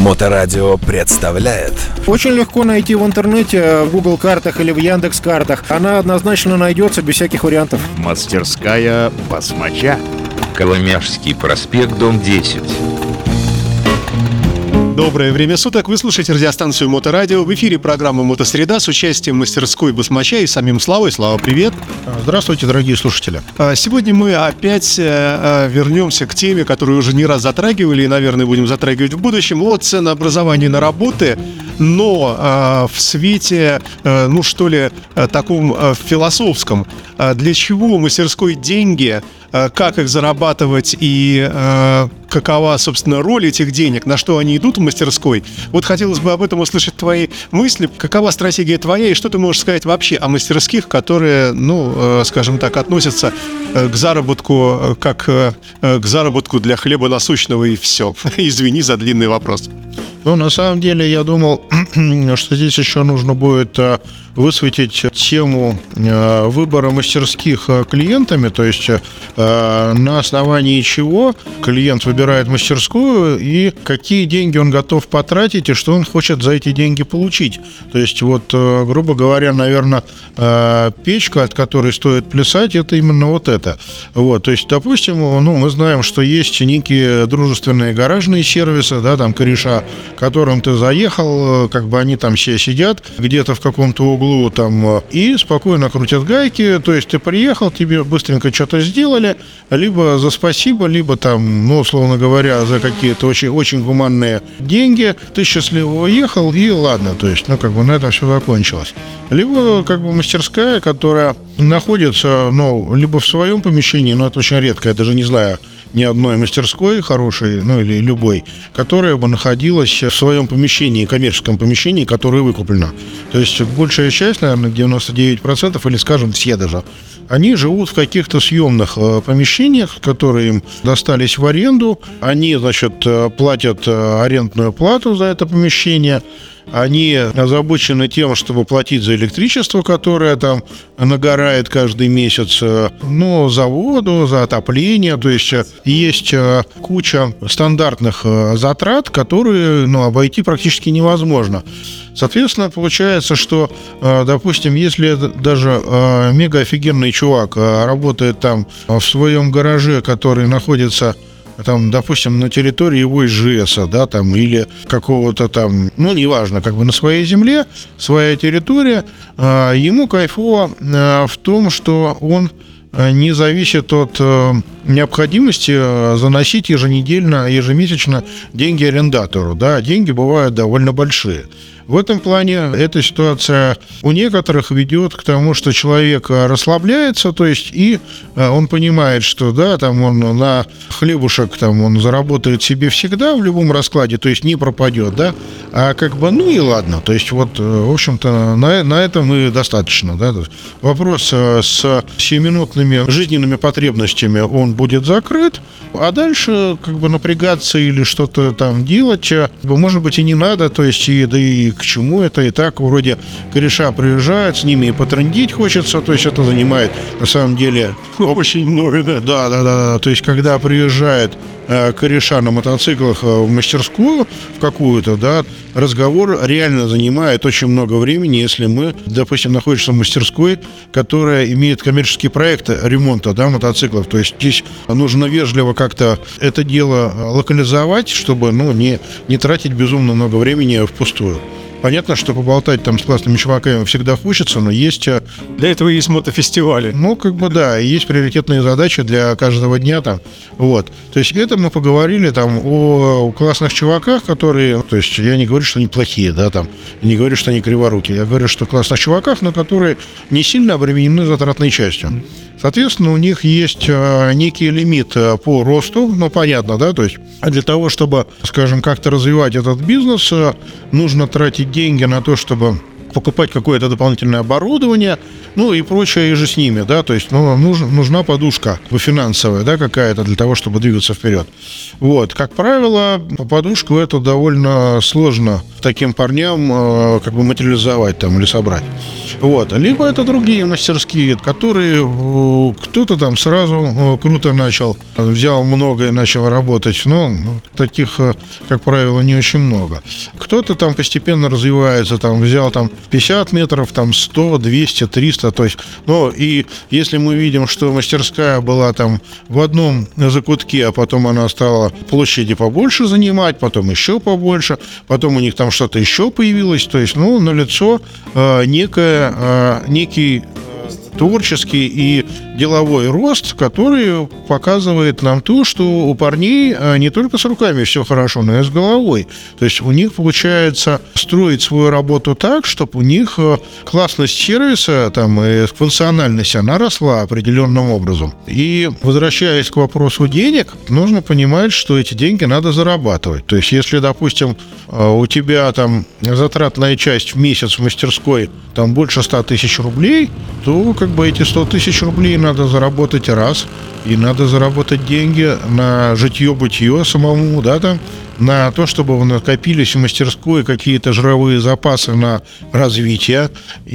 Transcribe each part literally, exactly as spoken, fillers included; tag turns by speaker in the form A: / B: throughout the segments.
A: Моторадио представляет.
B: Очень легко найти в интернете, в Google картах или в Яндекс картах. Она однозначно найдется без всяких вариантов.
C: Мастерская басмача.
D: Коломяжский проспект, дом десять.
E: Доброе время суток. Вы слушаете радиостанцию Моторадио. В эфире программа «Мотосреда» с участием мастерской басмача и самим Славой. Слава, привет.
B: Здравствуйте, дорогие слушатели.
E: Сегодня мы опять вернемся к теме, которую уже не раз затрагивали и, наверное, будем затрагивать в будущем, о ценообразовании на работы, но в свете, ну что ли, таком философском. Для чего мастерской деньги, как их зарабатывать и э, какова, собственно, роль этих денег, на что они идут в мастерской. Вот хотелось бы об этом услышать твои мысли. Какова стратегия твоя и что ты можешь сказать вообще о мастерских, которые, ну, э, скажем так, относятся э, к заработку, э, как э, к заработку для хлеба насущного и все. Извини за длинный вопрос.
B: Ну, на самом деле, я думал, что здесь еще нужно будет высветить тему выбора мастерских клиентами, то есть на основании чего клиент выбирает мастерскую и какие деньги он готов потратить и что он хочет за эти деньги получить. То есть, вот, грубо говоря, наверное, печка, от которой стоит плясать, это именно вот это. Вот, то есть, допустим, ну, мы знаем, что есть некие дружественные гаражные сервисы, да, там кореша, к которым ты заехал, как бы они там все сидят где-то в каком-то углу там и спокойно крутят гайки, то есть ты приехал, тебе быстренько что-то сделали, либо за спасибо, либо там, ну, условно говоря, за какие-то очень, очень гуманные деньги, ты счастливо уехал и ладно, то есть, ну, как бы на этом все закончилось. Либо, как бы, мастерская, которая находится, ну, либо в своем помещении, но это очень редко, я даже не знаю ни одной мастерской хорошей, ну, или любой, которая бы находилась в своем помещении, коммерческом помещении, которое выкуплено. То есть большая часть, наверное, девяносто девять процентов, или, скажем, все даже, они живут в каких-то съемных помещениях, которые им достались в аренду. Они, значит, платят арендную плату за это помещение. Они озабочены тем, чтобы платить за электричество, которое там нагорает каждый месяц, ну, за воду, за отопление. То есть есть куча стандартных затрат, которые, ну, обойти практически невозможно. Соответственно, получается, что, допустим, если даже мега офигенный чувак работает там в своем гараже, который находится там, допустим, на территории его ИЖСа, да, там, или какого-то там, ну, неважно, как бы на своей земле, своя территория, э, ему кайфово э, в том, что он не зависит от э, необходимости э, заносить еженедельно, ежемесячно деньги арендатору, да, деньги бывают довольно большие. В этом плане эта ситуация у некоторых ведет к тому, что человек расслабляется, то есть и он понимает, что да, там он на хлебушек там он заработает себе всегда в любом раскладе, то есть не пропадет, да, а как бы ну и ладно, то есть вот, в общем-то, на, на этом и достаточно, да. Вопрос с сиюминутными жизненными потребностями он будет закрыт, а дальше как бы напрягаться или что-то там делать, может быть, и не надо, то есть и, да и к чему это, и так вроде кореша приезжают, с ними и потрындить хочется, то есть это занимает на самом деле очень много, да, да, да, да, то есть когда приезжает э, кореша на мотоциклах в мастерскую в какую-то, да, разговор реально занимает очень много времени, если мы, допустим, находимся в мастерской, которая имеет коммерческий проект ремонта, да, мотоциклов, то есть здесь нужно вежливо как-то это дело локализовать, чтобы, ну, не, не тратить безумно много времени впустую. Понятно, что поболтать там с классными чуваками всегда хочется, но есть...
E: Для этого есть мотофестивали.
B: Ну, как бы да, есть приоритетные задачи для каждого дня там, вот. То есть это мы поговорили там о классных чуваках, которые... То есть я не говорю, что они плохие, да, там, не говорю, что они криворукие, я говорю, что классных чуваках, но которые не сильно обременены затратной частью. Соответственно, у них есть э, некий лимит э, по росту, ну, понятно, да, то есть для того, чтобы, скажем, как-то развивать этот бизнес, э, нужно тратить деньги на то, чтобы покупать какое-то дополнительное оборудование, ну и прочее и же с ними, да, то есть ну, нужна, нужна подушка финансовая, да, какая-то для того, чтобы двигаться вперед. Вот, как правило, подушку эту довольно сложно таким парням э, как бы материализовать там или собрать. Вот, либо это другие мастерские, которые э, кто-то там сразу э, круто начал, взял много и начал работать, но таких, э, как правило, не очень много. Кто-то там постепенно развивается, там взял там пятьдесят метров, там сто, двести, триста, то есть, ну и если мы видим, что мастерская была там в одном закутке, а потом она стала площади побольше занимать, потом еще побольше, потом у них там что-то еще появилось, то есть, ну, налицо э, некое, э, некий творческий и деловой рост, который показывает нам то, что у парней не только с руками все хорошо, но и с головой. То есть у них получается строить свою работу так, чтобы у них классность сервиса там, и функциональность, она росла определенным образом. И возвращаясь к вопросу денег, нужно понимать, что эти деньги надо зарабатывать. То есть если, допустим, у тебя там затратная часть в месяц в мастерской там больше ста тысяч рублей, то как бы эти сто тысяч рублей надо заработать раз, и надо заработать деньги на житье-бытие самому, да, там, на то, чтобы накопились в мастерской какие-то жировые запасы на развитие,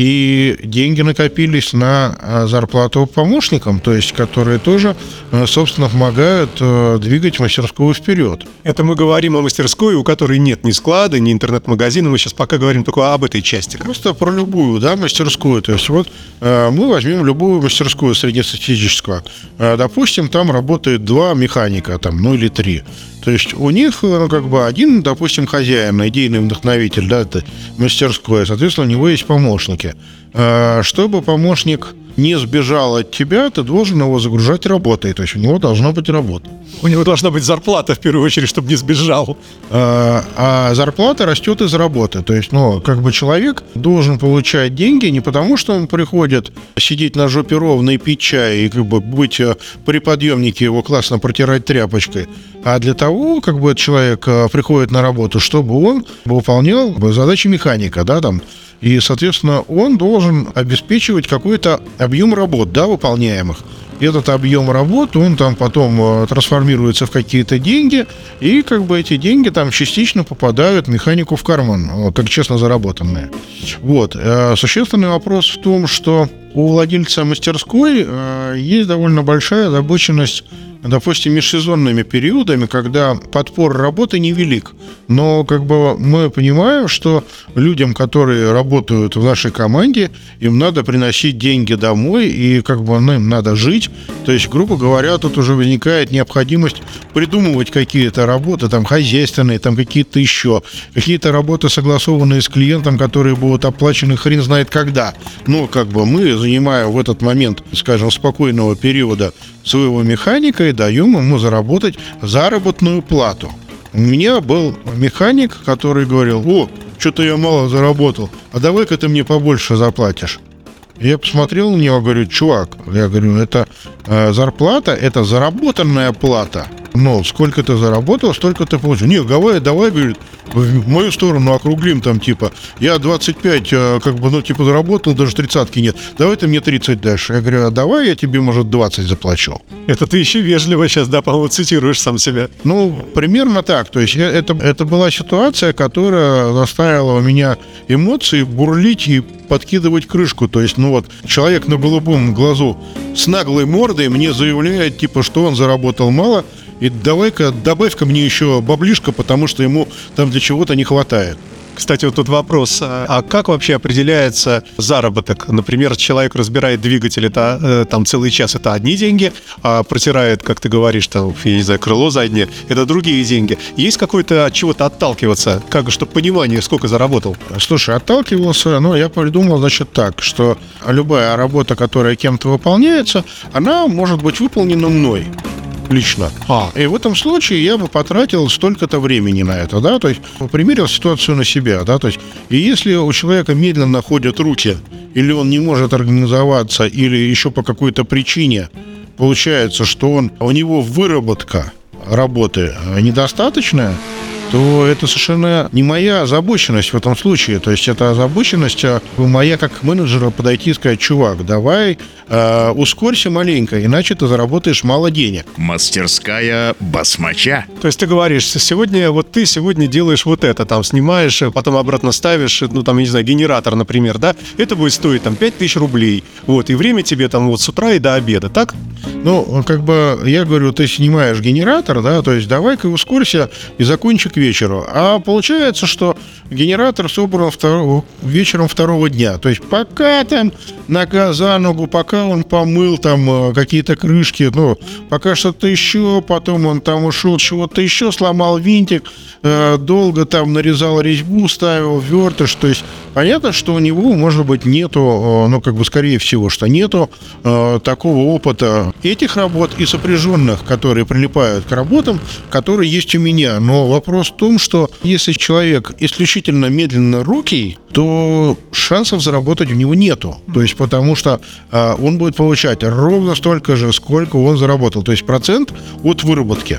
B: и деньги накопились на зарплату помощникам, то есть, которые тоже, собственно, помогают двигать мастерскую вперед.
E: Это мы говорим о мастерской, у которой нет ни склада, ни интернет-магазина, мы сейчас пока говорим только об этой части.
B: Просто про любую, да, мастерскую, то есть, вот мы возьмем любую мастерскую среднестатистическую, допустим, там работает два механика, там, ну или три. То есть у них, ну, как бы один, допустим, хозяин, идейный вдохновитель, да, это мастерское, соответственно, у него есть помощники. Чтобы помощник не сбежал от тебя, ты должен его загружать работой, то есть у него должна быть работа.
E: У него должна быть зарплата, в первую очередь, чтобы не сбежал.
B: А, а зарплата растет из работы, то есть, ну, как бы человек должен получать деньги не потому, что он приходит сидеть на жопе ровно и пить чай, и как бы быть при подъемнике его классно протирать тряпочкой, а для того, как бы человек приходит на работу, чтобы он выполнял задачи механика, да, там. И, соответственно, он должен обеспечивать какой-то объем работ, да, выполняемых. И этот объем работ, он там потом трансформируется в какие-то деньги, и как бы эти деньги там частично попадают механику в карман, вот, так честно заработанные. Вот. Существенный вопрос в том, что у владельца мастерской есть довольно большая озабоченность, допустим, межсезонными периодами, когда подпор работы невелик. Но как бы мы понимаем, что людям, которые работают в нашей команде, им надо приносить деньги домой, и как бы им надо жить. То есть, грубо говоря, тут уже возникает необходимость придумывать какие-то работы, там, хозяйственные, там, какие-то еще, какие-то работы, согласованные с клиентом, которые будут оплачены хрен знает когда. Но как бы мы занимаем в этот момент, скажем, спокойного периода своего механика и даем ему заработать заработную плату. У меня был механик, который говорил: о, что-то я мало заработал, а давай-ка ты мне побольше заплатишь. Я посмотрел на него, говорю: чувак, я говорю, это э, зарплата, это заработанная плата. Но сколько ты заработал, столько ты получил. Не, давай, давай, говорит, в мою сторону округлим, там, типа, я двадцать пять, как бы, ну, типа, заработал, даже тридцатки нет. Давай ты мне тридцать дашь. Я говорю: а давай я тебе, может, двадцать заплачу.
E: Это ты еще вежливо сейчас, да, по-моему, цитируешь сам себя.
B: Ну, примерно так. То есть это, это была ситуация, которая заставила у меня эмоции бурлить и подкидывать крышку. То есть, ну вот, человек на голубом глазу с наглой мордой мне заявляет, типа, что он заработал мало, и давай-ка, добавь-ка мне еще баблишко, потому что ему там для чего-то не хватает.
E: Кстати, вот тут вопрос, а как вообще определяется заработок? Например, человек разбирает двигатель, это там целый час, это одни деньги, а протирает, как ты говоришь, там, я не знаю, крыло заднее, это другие деньги. Есть какой-то от чего-то отталкиваться, как, чтобы понимание, сколько заработал?
B: Слушай, отталкивался, ну, я придумал, значит, так, что любая работа, которая кем-то выполняется, она может быть выполнена мной лично. А. И в этом случае я бы потратил столько-то времени на это, да, то есть примерил ситуацию на себя, да, то есть и если у человека медленно ходят руки, или он не может организоваться, или еще по какой-то причине получается, что он, у него выработка работы недостаточная, то это совершенно не моя озабоченность в этом случае. То есть это озабоченность моя как менеджера подойти и сказать: чувак, давай э, ускорься маленько, иначе ты заработаешь мало денег.
C: Мастерская басмача.
E: То есть ты говоришь, сегодня вот ты сегодня делаешь вот это, там снимаешь, потом обратно ставишь, ну там, я не знаю, генератор, например, да, это будет стоить там пять тысяч рублей, вот, и время тебе там вот с утра и до обеда, так?
B: Ну, как бы, я говорю, ты снимаешь генератор, да, то есть давай-ка ускорься и закончи к вечеру. А получается, что генератор собран второго, вечером второго дня. То есть пока там нога за ногу, пока он помыл там какие-то крышки, ну, пока что-то еще, потом он там ушел, чего-то еще, сломал винтик, э, долго там нарезал резьбу, ставил вертыш. То есть понятно, что у него, может быть, нету, ну, как бы, скорее всего, что нету э, такого опыта этих работ и сопряженных, которые прилипают к работам, которые есть у меня. Но вопрос в том, что если человек исключительно медленнорукий, то шансов заработать у него нету. То есть потому что э, он будет получать ровно столько же, сколько он заработал. То есть процент от выработки.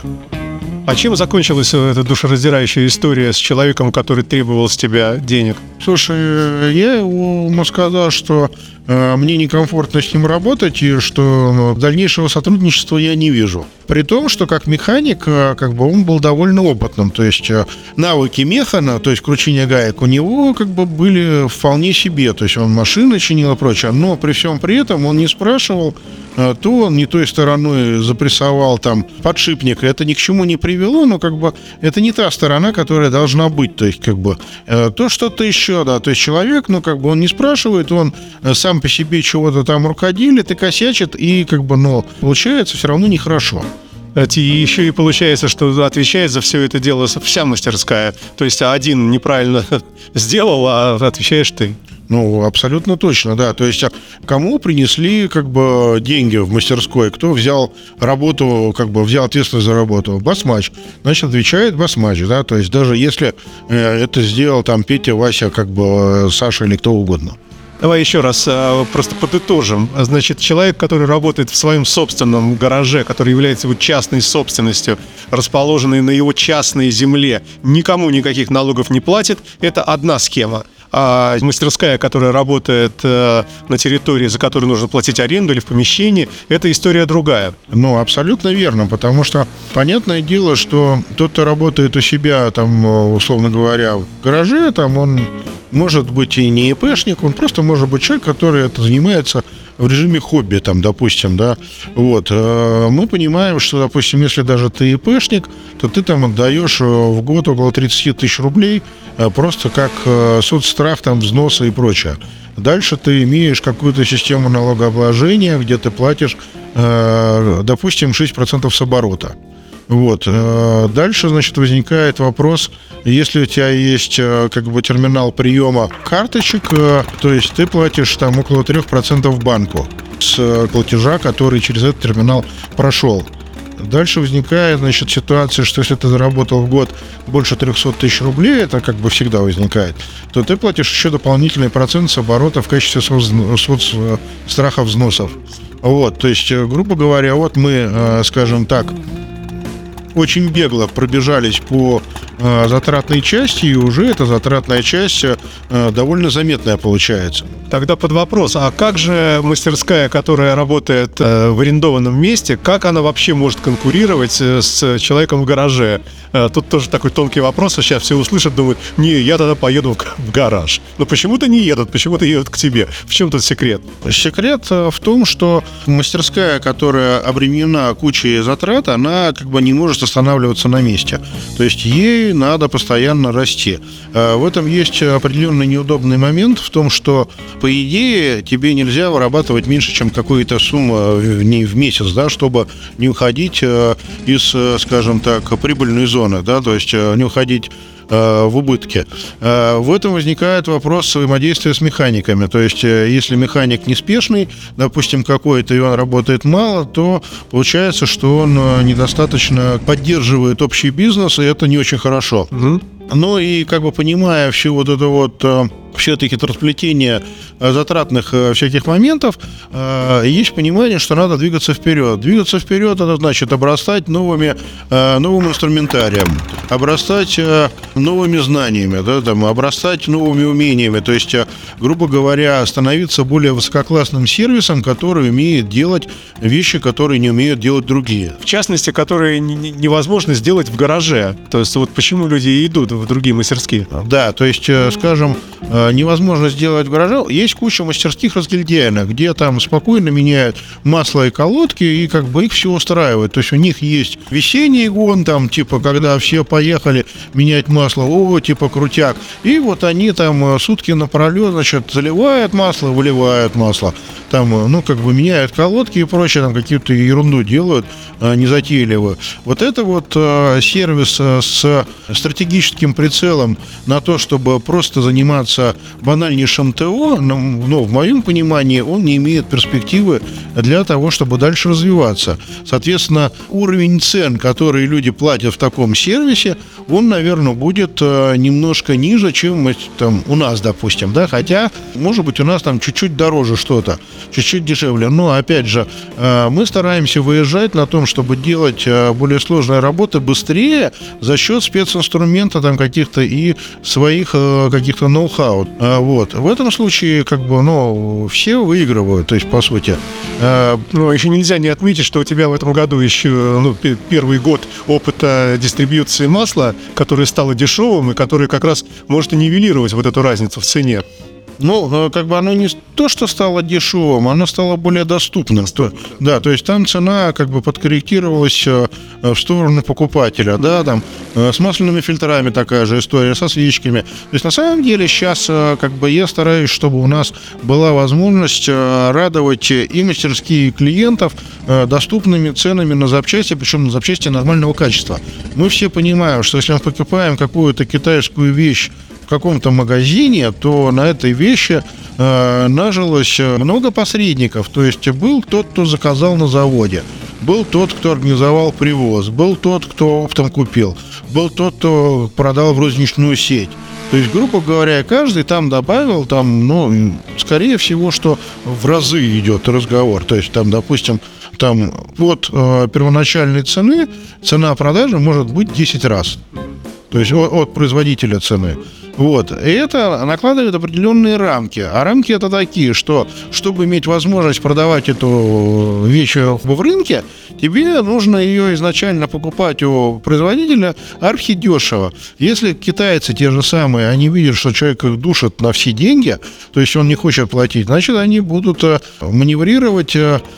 E: А чем закончилась эта душераздирающая история с человеком, который требовал с тебя денег?
B: Слушай, я ему сказал, что э, мне некомфортно с ним работать и что ну, дальнейшего сотрудничества я не вижу. При том, что как механик, э, как бы он был довольно опытным. То есть э, навыки механа, то есть кручения гаек, у него как бы были вполне себе. То есть он машины чинил и прочее. Но при всем при этом он не спрашивал, э, то он не той стороной запрессовал там подшипник. Это ни к чему не привело, но как бы это не та сторона, которая должна быть. То есть как бы э, то что-то еще. Да, то есть человек, ну, как бы он не спрашивает, он сам по себе чего-то там рукоделит и косячит, и как бы, ну, получается все равно нехорошо.
E: И еще и получается, что отвечает за все это дело вся мастерская. То есть один неправильно сделал, а отвечаешь ты.
B: Ну, абсолютно точно, да. То есть кому принесли как бы деньги в мастерской, кто взял работу, как бы взял ответственность за работу? Басмач. Значит, отвечает басмач, да. То есть даже если э, это сделал там Петя, Вася, как бы Саша или кто угодно.
E: Давай еще раз а, просто подытожим. Значит, человек, который работает в своем собственном гараже, который является его частной собственностью, расположенной на его частной земле, никому никаких налогов не платит, это одна схема. А мастерская, которая работает э, на территории, за которую нужно платить аренду или в помещении, это история другая.
B: Ну, абсолютно верно, потому что понятное дело, что тот, кто работает у себя, там, условно говоря, в гараже, там он может быть и не ИПшник, он просто может быть человек, который это занимается в режиме хобби, там, допустим, да, вот, мы понимаем, что, допустим, если даже ты ИПшник, то ты там отдаешь в год около тридцать тысяч рублей просто как соцстрах, там, взносы и прочее. Дальше ты имеешь какую-то систему налогообложения, где ты платишь, допустим, шесть процентов с оборота. Вот. Дальше, значит, возникает вопрос, если у тебя есть как бы терминал приема карточек, то есть ты платишь там около три процента банку с платежа, который через этот терминал прошел. Дальше возникает, значит, ситуация, что если ты заработал в год больше триста тысяч рублей, это как бы всегда возникает, то ты платишь еще дополнительный процент с оборота в качестве соцстраха взносов. Вот, то есть, грубо говоря, вот мы, скажем так, очень бегло пробежались по э, затратной части, и уже эта затратная часть э, довольно заметная получается.
E: Тогда под вопрос, а как же мастерская, которая работает э, в арендованном месте, как она вообще может конкурировать э, с человеком в гараже? Э, тут тоже такой тонкий вопрос, а сейчас все услышат, думают, не, я тогда поеду в гараж. Но почему-то не едут, почему-то едут к тебе. В чем тут секрет?
B: Секрет в том, что мастерская, которая обременена кучей затрат, она как бы не может останавливаться на месте. То есть ей надо постоянно расти. В этом есть определенный неудобный момент в том, что по идее тебе нельзя вырабатывать меньше, чем какую-то сумму в месяц, да, чтобы не уходить из, скажем так, прибыльной зоны, да, то есть не уходить в убытке. В этом возникает вопрос взаимодействия с механиками. То есть, если механик неспешный, допустим, какой-то, и он работает мало, то получается, что он недостаточно поддерживает общий бизнес, и это не очень хорошо.
E: Угу.
B: Ну и как бы понимая всю вот эту вот все это хитросплетение затратных всяких моментов, есть понимание, что надо двигаться вперед. Двигаться вперед, это значит обрастать новыми, новым инструментарием, обрастать новыми знаниями, да, там, обрастать новыми умениями. То есть, грубо говоря, становиться более высококлассным сервисом, который умеет делать вещи, которые не умеют делать другие.
E: В частности, которые невозможно сделать в гараже. То есть, вот почему люди идут в другие мастерские.
B: Да, то есть, скажем, невозможно сделать в гараже. Есть куча мастерских разгильдяйных, где там спокойно меняют масло и колодки, и как бы их все устраивает. То есть у них есть весенний гон, там, типа, когда все поехали менять масло, о, типа, крутяк. И вот они там сутки напролет, значит, заливают масло, выливают масло. Там, ну, как бы меняют колодки и прочее, там какие-то ерунду делают незатейливую. Вот это вот сервис с стратегическим прицелом на то, чтобы просто заниматься банальнейшим ТО, но в моем понимании он не имеет перспективы для того, чтобы дальше развиваться. Соответственно, уровень цен, которые люди платят в таком сервисе, он, наверное, будет немножко ниже, чем там у нас, допустим, да, хотя, может быть, у нас там чуть-чуть дороже что-то, чуть-чуть дешевле. Но, опять же, мы стараемся выезжать на том, чтобы делать более сложные работы быстрее за счет специнструмента там каких-то и своих каких-то ноу-хау. Вот. В этом случае, как бы, ну, все выигрывают, то есть, по сути.
E: Но еще нельзя не отметить, что у тебя в этом году еще, ну, первый год опыта дистрибьюции масла, которое стало дешевым и которое как раз может и нивелировать вот эту разницу в цене.
B: Ну, как бы оно не то, что стало дешевым, оно стало более доступным. То, да, то есть там цена как бы подкорректировалась в сторону покупателя, да, там с масляными фильтрами такая же история, со свечками. То есть на самом деле сейчас как бы я стараюсь, чтобы у нас была возможность радовать и мастерские, и клиентов доступными ценами на запчасти, причем на запчасти нормального качества. Мы все понимаем, что если мы покупаем какую-то китайскую вещь в каком-то магазине, то на этой вещи э, нажилось много посредников. То есть был тот, кто заказал на заводе, был тот, кто организовал привоз, был тот, кто оптом купил, был тот, кто продал в розничную сеть. То есть, грубо говоря, каждый там добавил, там, ну, скорее всего, что в разы идет разговор. То есть, там, допустим, там от э, первоначальной цены цена продажи может быть десять раз. То есть от, от производителя цены. Вот. И это накладывает определенные рамки. А рамки это такие, что чтобы иметь возможность продавать эту вещь в рынке, тебе нужно ее изначально покупать у производителя архидешево. Если китайцы те же самые, они видят, что человек их душит на все деньги, то есть он не хочет платить, значит, они будут маневрировать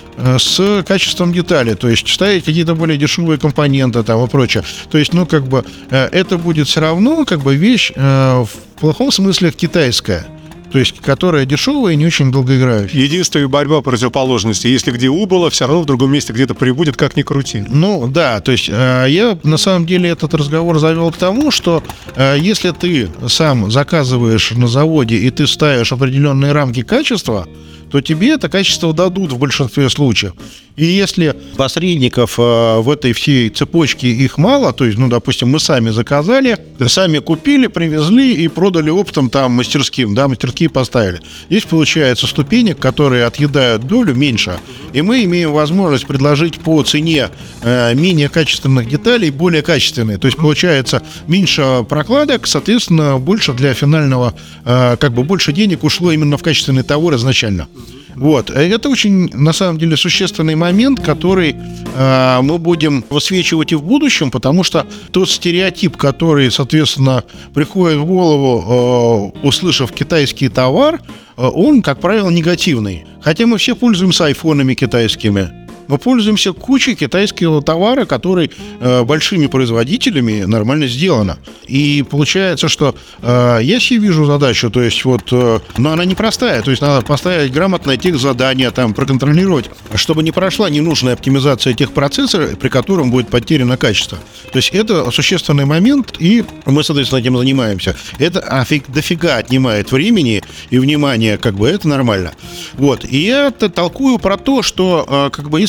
B: с качеством детали, то есть ставить какие-то более дешевые компоненты там и прочее. То есть, ну, как бы, это будет все равно, как бы, вещь в плохом смысле китайская. То есть, которая дешевая и не очень долгоиграющая.
E: Единственная борьба противоположности. Если где убыло, все равно в другом месте где-то прибудет, как ни крути.
B: Ну, да, то есть, э, я на самом деле этот разговор завел к тому, что э, если ты сам заказываешь на заводе и ты ставишь определенные рамки качества, то тебе это качество дадут в большинстве случаев. И если посредников э, в этой всей цепочке их мало, то есть, ну, допустим, мы сами заказали, сами купили, привезли и продали оптом там мастерским, да, мастерские поставили. Здесь получается ступенек, которые отъедают долю меньше, и мы имеем возможность предложить по цене э, менее качественных деталей более качественные. То есть получается меньше прокладок, соответственно, больше для финального, э, как бы больше денег ушло именно в качественный товар изначально. Вот. Это очень, на самом деле, существенный момент, который э, мы будем высвечивать и в будущем, потому что тот стереотип, который, соответственно, приходит в голову, э, услышав китайский товар, э, он, как правило, негативный. Хотя мы все пользуемся айфонами китайскими. Мы пользуемся кучей китайского товара, который э, большими производителями нормально сделано. И получается, что э, я себе вижу задачу, то есть вот, э, но она непростая, то есть надо поставить грамотное техзадание, там, проконтролировать, чтобы не прошла ненужная оптимизация тех процессоров, при котором будет потеряно качество. То есть это существенный момент, и мы, соответственно, этим занимаемся. Это офиг, дофига отнимает времени и внимания, как бы это нормально. Вот. И я толкую про то, что, э, как бы, если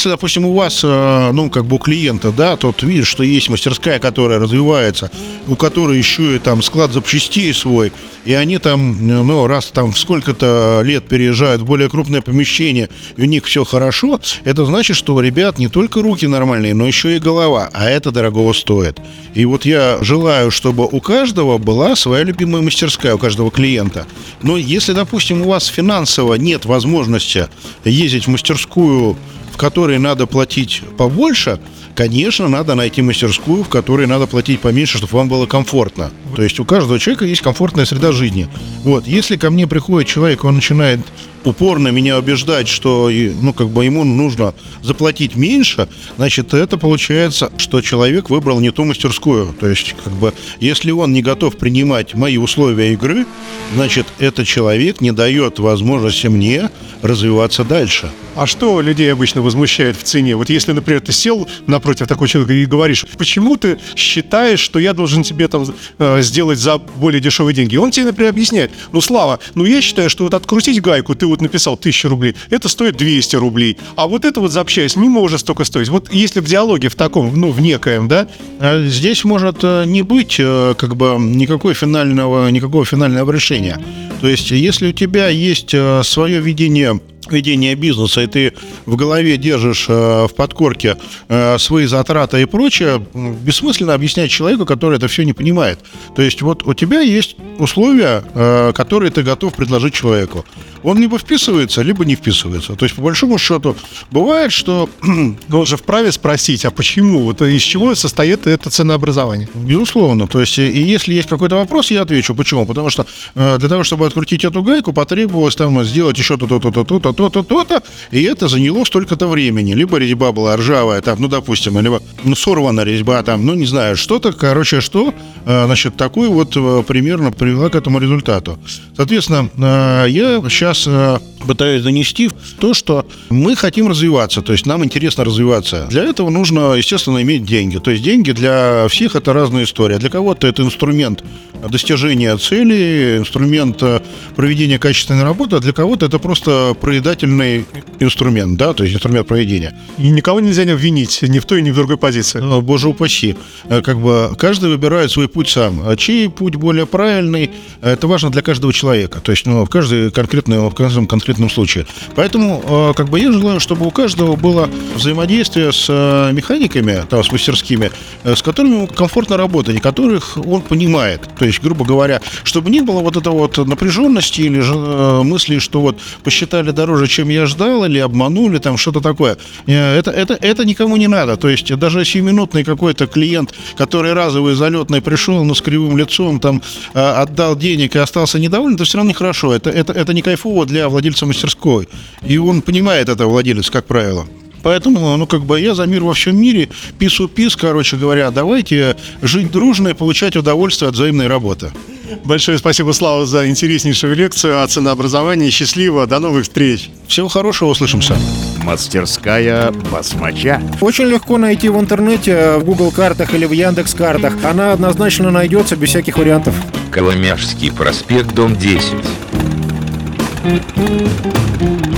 B: если, допустим, у вас, ну, как бы у клиента, да, тот видит, что есть мастерская, которая развивается, у которой еще и там склад запчастей свой, и они там, ну, раз там в сколько-то лет переезжают в более крупное помещение, и у них все хорошо, это значит, что у ребят не только руки нормальные, но еще и голова, а это дорогого стоит. И вот я желаю, чтобы у каждого была своя любимая мастерская, у каждого клиента. Но если, допустим, у вас финансово нет возможности ездить в мастерскую, в которой надо платить побольше, конечно, надо найти мастерскую, в которой надо платить поменьше, чтобы вам было комфортно. То есть у каждого человека есть комфортная среда жизни. Вот, если ко мне приходит человек, он начинает упорно меня убеждать, что, ну, как бы ему нужно заплатить меньше, значит, это получается, что человек выбрал не ту мастерскую. То есть, как бы, если он не готов принимать мои условия игры, значит, этот человек не дает возможности мне развиваться дальше.
E: А что людей обычно возмущает в цене? Вот если, например, ты сел напротив такого человека и говоришь, почему ты считаешь, что я должен тебе там э, сделать за более дешевые деньги? И он тебе, например, объясняет, ну, Слава, ну, я считаю, что вот открутить гайку, ты вот написал тысячу рублей, это стоит двести рублей, а вот это вот запчасть не может столько стоить. Вот если в диалоге в таком, ну, в некоем, да?
B: А здесь может не быть, как бы, никакой финального, никакого финального решения. То есть, если у тебя есть свое видение ведения бизнеса, и ты в голове держишь э, в подкорке э, свои затраты и прочее, бессмысленно объяснять человеку, который это все не понимает. То есть вот у тебя есть условия, э, которые ты готов предложить человеку. Он либо вписывается, либо не вписывается. То есть, по большому счету, бывает, что...
E: Он же вправе спросить, а почему? Вот из чего состоит это ценообразование?
B: Безусловно. То есть, и если есть какой-то вопрос, я отвечу. Почему? Потому что э, для того, чтобы открутить эту гайку, потребовалось там сделать еще то-то, то-то, то-то, то-то, то-то, и это заняло столько-то времени. Либо резьба была ржавая, там, ну, допустим, либо ну, сорвана резьба, там, ну, не знаю, что-то, короче, что, э, значит, такой вот э, примерно привела к этому результату. Соответственно, э, я сейчас э, пытаюсь донести то, что мы хотим развиваться, то есть нам интересно развиваться. Для этого нужно, естественно, иметь деньги. То есть деньги для всех — это разная история. Для кого-то это инструмент достижения цели, инструмент проведения качественной работы, а для кого-то это просто проедательный инструмент, да, то есть инструмент проведения.
E: И никого нельзя не обвинить ни в той, ни в другой позиции.
B: Ну, боже упаси. Как бы каждый выбирает свой путь сам. А чей путь более правильный, это важно для каждого человека. То есть, ну, в каждый конкретный, в каждом конкретном случае. Поэтому, как бы, я желаю, чтобы у каждого было взаимодействие с механиками, там, с мастерскими, с которыми комфортно работать, и которых он понимает. То есть, грубо говоря, чтобы не было вот этого вот напряженности или же мысли, что вот посчитали дороже, чем я ждал, или обманули, там что-то такое. Это, это, это никому не надо. То есть даже сиюминутный какой-то клиент, который разовый залетный пришел, но с кривым лицом, там отдал денег и остался недоволен, это все равно нехорошо. Это, это, это не кайфово для владельца мастерской. И он понимает это, владелец, как правило. Поэтому, ну, как бы я за мир во всем мире, пис-у-пис, короче говоря, давайте жить дружно и получать удовольствие от взаимной работы.
E: Большое спасибо, Слава, за интереснейшую лекцию о ценообразовании. Счастливо, до новых встреч.
B: Всего хорошего, услышимся.
C: Мастерская басмача.
F: Очень легко найти в интернете, в Google картах или в Яндекс картах. Она однозначно найдется без всяких вариантов.
D: Коломяжский проспект, дом десять.